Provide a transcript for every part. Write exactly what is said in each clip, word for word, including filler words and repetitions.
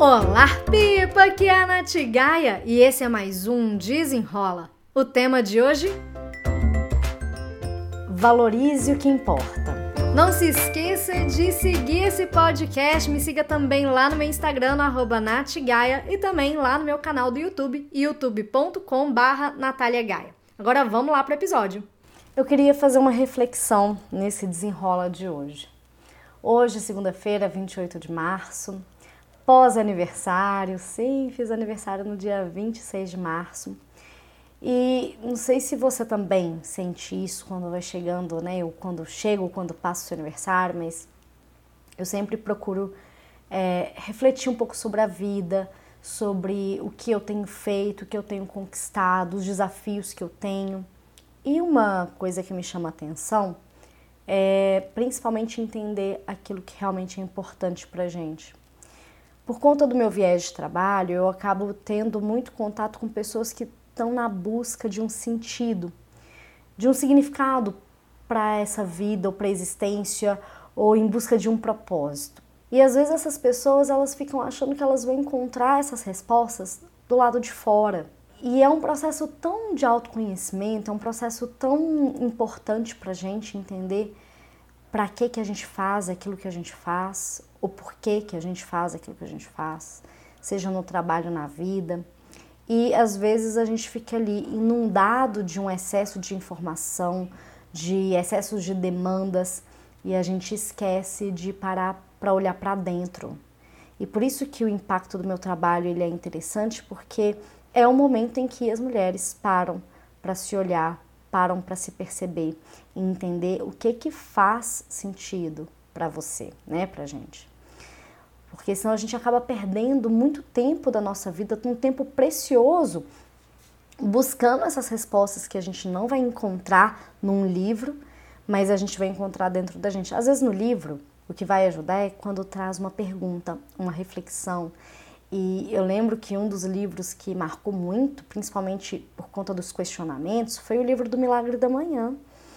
Olá, Pipa! Aqui é a Nath Gaia e esse é mais um Desenrola. O tema de hoje? Valorize o que importa. Não se esqueça de seguir esse podcast, me siga também lá no meu Instagram, no arroba Nath Gaia, e também lá no meu canal do YouTube, youtube ponto com barra Natália Gaia. Agora vamos lá para o episódio. Eu queria fazer uma reflexão nesse Desenrola de hoje. Hoje, segunda-feira, vinte e oito de março, pós-aniversário, sim, fiz aniversário no dia vinte e seis de março. E não sei se você também sente isso quando vai chegando, né? Eu quando chego, quando passo o seu aniversário, mas eu sempre procuro é, refletir um pouco sobre a vida, sobre o que eu tenho feito, o que eu tenho conquistado, os desafios que eu tenho. E uma coisa que me chama a atenção é principalmente entender aquilo que realmente é importante pra gente. Por conta do meu viés de trabalho, eu acabo tendo muito contato com pessoas que estão na busca de um sentido, de um significado para essa vida ou para a existência, ou em busca de um propósito. E às vezes essas pessoas elas ficam achando que elas vão encontrar essas respostas do lado de fora. E é um processo tão de autoconhecimento, é um processo tão importante para a gente entender para que que a gente faz aquilo que a gente faz, o porquê que a gente faz aquilo que a gente faz, seja no trabalho, na vida. E às vezes a gente fica ali inundado de um excesso de informação, de excessos de demandas, e a gente esquece de parar para olhar para dentro. E por isso que o impacto do meu trabalho ele é interessante, porque é o momento em que as mulheres param para se olhar, param para se perceber e entender o que que faz sentido para você, né, pra gente. Porque senão a gente acaba perdendo muito tempo da nossa vida, um tempo precioso, buscando essas respostas que a gente não vai encontrar num livro, mas a gente vai encontrar dentro da gente. Às vezes no livro, o que vai ajudar é quando traz uma pergunta, uma reflexão. E eu lembro que um dos livros que marcou muito, principalmente por conta dos questionamentos, foi o livro do Milagre da Manhã.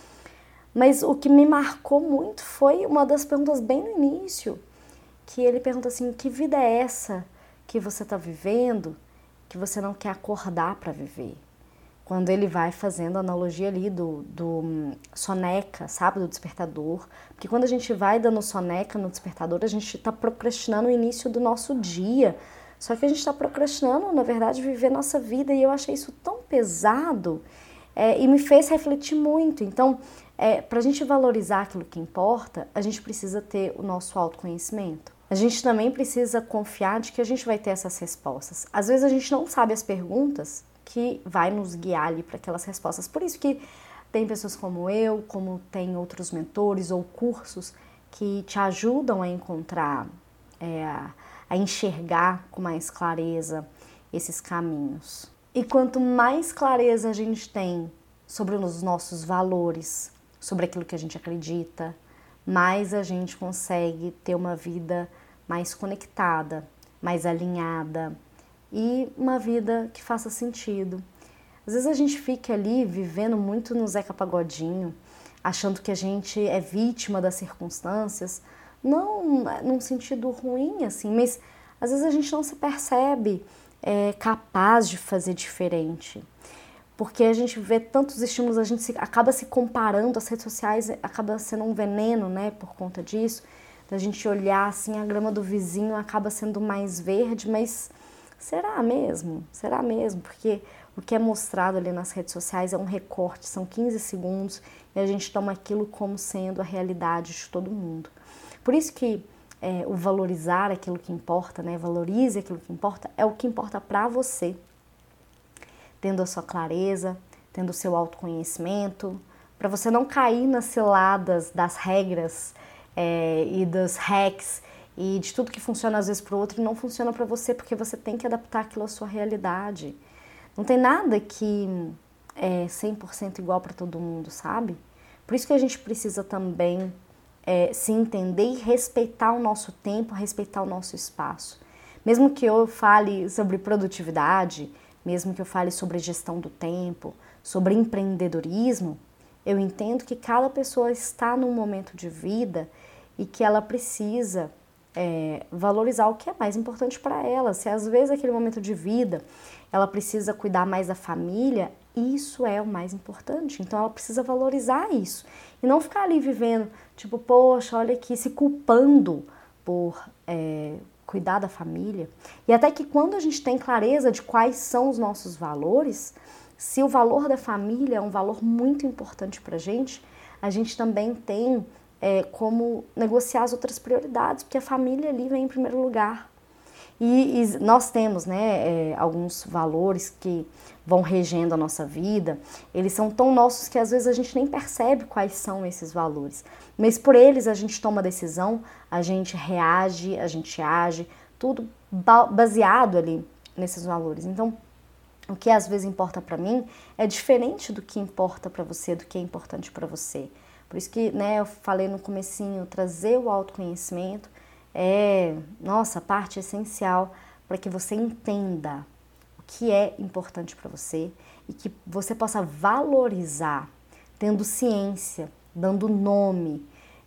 Mas o que me marcou muito foi uma das perguntas bem no início, que ele pergunta assim, que vida é essa que você está vivendo, que você não quer acordar para viver? Quando ele vai fazendo a analogia ali do, do soneca, sabe, do despertador. Porque quando a gente vai dando soneca no despertador, a gente está procrastinando o início do nosso dia. Só que a gente está procrastinando, na verdade, viver nossa vida. E eu achei isso tão pesado é, e me fez refletir muito. Então, é, para a gente valorizar aquilo que importa, a gente precisa ter o nosso autoconhecimento. A gente também precisa confiar de que a gente vai ter essas respostas. Às vezes a gente não sabe as perguntas que vai nos guiar ali para aquelas respostas. Por isso que tem pessoas como eu, como tem outros mentores ou cursos que te ajudam a encontrar, é, a enxergar com mais clareza esses caminhos. E quanto mais clareza a gente tem sobre os nossos valores, sobre aquilo que a gente acredita, mais a gente consegue ter uma vida mais conectada, mais alinhada e uma vida que faça sentido. Às vezes a gente fica ali vivendo muito no Zeca Pagodinho, achando que a gente é vítima das circunstâncias, não num sentido ruim assim, mas às vezes a gente não se percebe é, capaz de fazer diferente. Porque a gente vê tantos estímulos, a gente se, acaba se comparando, as redes sociais acaba sendo um veneno, né, por conta disso. Da gente olhar assim, a grama do vizinho acaba sendo mais verde, mas será mesmo? Será mesmo? Porque o que é mostrado ali nas redes sociais é um recorte, são quinze segundos, e a gente toma aquilo como sendo a realidade de todo mundo. Por isso que é, o valorizar aquilo que importa, né, valorize aquilo que importa, é o que importa para você. Tendo a sua clareza, tendo o seu autoconhecimento, para você não cair nas ciladas das regras é, e dos hacks e de tudo que funciona às vezes para o outro e não funciona para você, porque você tem que adaptar aquilo à sua realidade. Não tem nada que é cem por cento igual para todo mundo, sabe? Por isso que a gente precisa também é, se entender e respeitar o nosso tempo, respeitar o nosso espaço. Mesmo que eu fale sobre produtividade, mesmo que eu fale sobre gestão do tempo, sobre empreendedorismo, eu entendo que cada pessoa está num momento de vida e que ela precisa é, valorizar o que é mais importante para ela. Se às vezes aquele momento de vida ela precisa cuidar mais da família, isso é o mais importante. Então ela precisa valorizar isso e não ficar ali vivendo tipo, poxa, olha aqui, se culpando por é, cuidar da família. E até que quando a gente tem clareza de quais são os nossos valores, se o valor da família é um valor muito importante pra gente, a gente também tem é, como negociar as outras prioridades, porque a família ali vem em primeiro lugar. E, e nós temos né, é, alguns valores que vão regendo a nossa vida, eles são tão nossos que às vezes a gente nem percebe quais são esses valores. Mas por eles a gente toma decisão, a gente reage, a gente age, tudo baseado ali nesses valores. Então, o que às vezes importa para mim é diferente do que importa para você, do que é importante para você. Por isso que né, eu falei no comecinho, trazer o autoconhecimento é, nossa, parte essencial para que você entenda o que é importante para você e que você possa valorizar, tendo ciência, dando nome,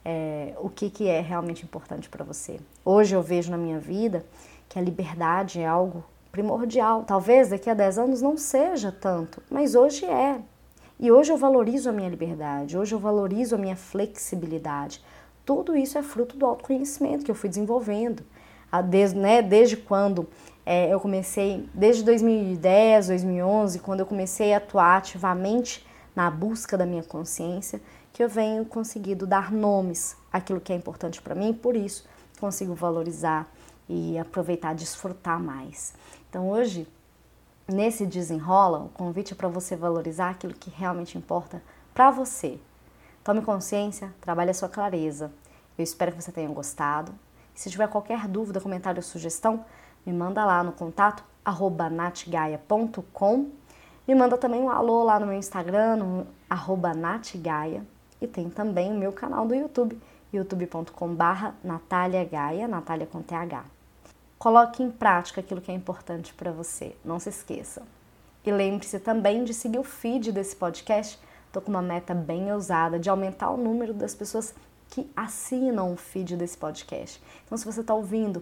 é, o que, que é realmente importante para você. Hoje eu vejo na minha vida que a liberdade é algo primordial. Talvez daqui a dez anos não seja tanto, mas hoje é. E hoje eu valorizo a minha liberdade, hoje eu valorizo a minha flexibilidade. Tudo isso é fruto do autoconhecimento que eu fui desenvolvendo. Desde, né, desde quando é, eu comecei, desde dois mil e dez, dois mil e onze, quando eu comecei a atuar ativamente na busca da minha consciência, que eu venho conseguindo dar nomes àquilo que é importante para mim, e por isso consigo valorizar e aproveitar, desfrutar mais. Então hoje, nesse Desenrola, o convite é para você valorizar aquilo que realmente importa para você. Tome consciência, trabalhe a sua clareza. Eu espero que você tenha gostado. Se tiver qualquer dúvida, comentário ou sugestão, me manda lá no contato arroba natgaia ponto com. Me manda também um alô lá no meu Instagram, no arroba natgaia. E tem também o meu canal do YouTube, youtube ponto com barra Natália Gaia, Natália com T H. Coloque em prática aquilo que é importante para você, não se esqueça. E lembre-se também de seguir o feed desse podcast. Estou com uma meta bem ousada de aumentar o número das pessoas que assinam o feed desse podcast. Então, se você está ouvindo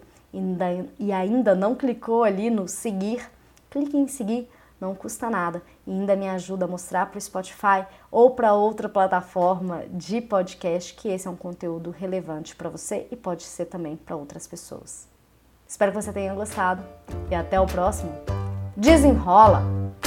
e ainda não clicou ali no seguir, clique em seguir, não custa nada. E ainda me ajuda a mostrar para o Spotify ou para outra plataforma de podcast que esse é um conteúdo relevante para você e pode ser também para outras pessoas. Espero que você tenha gostado e até o próximo. Desenrola!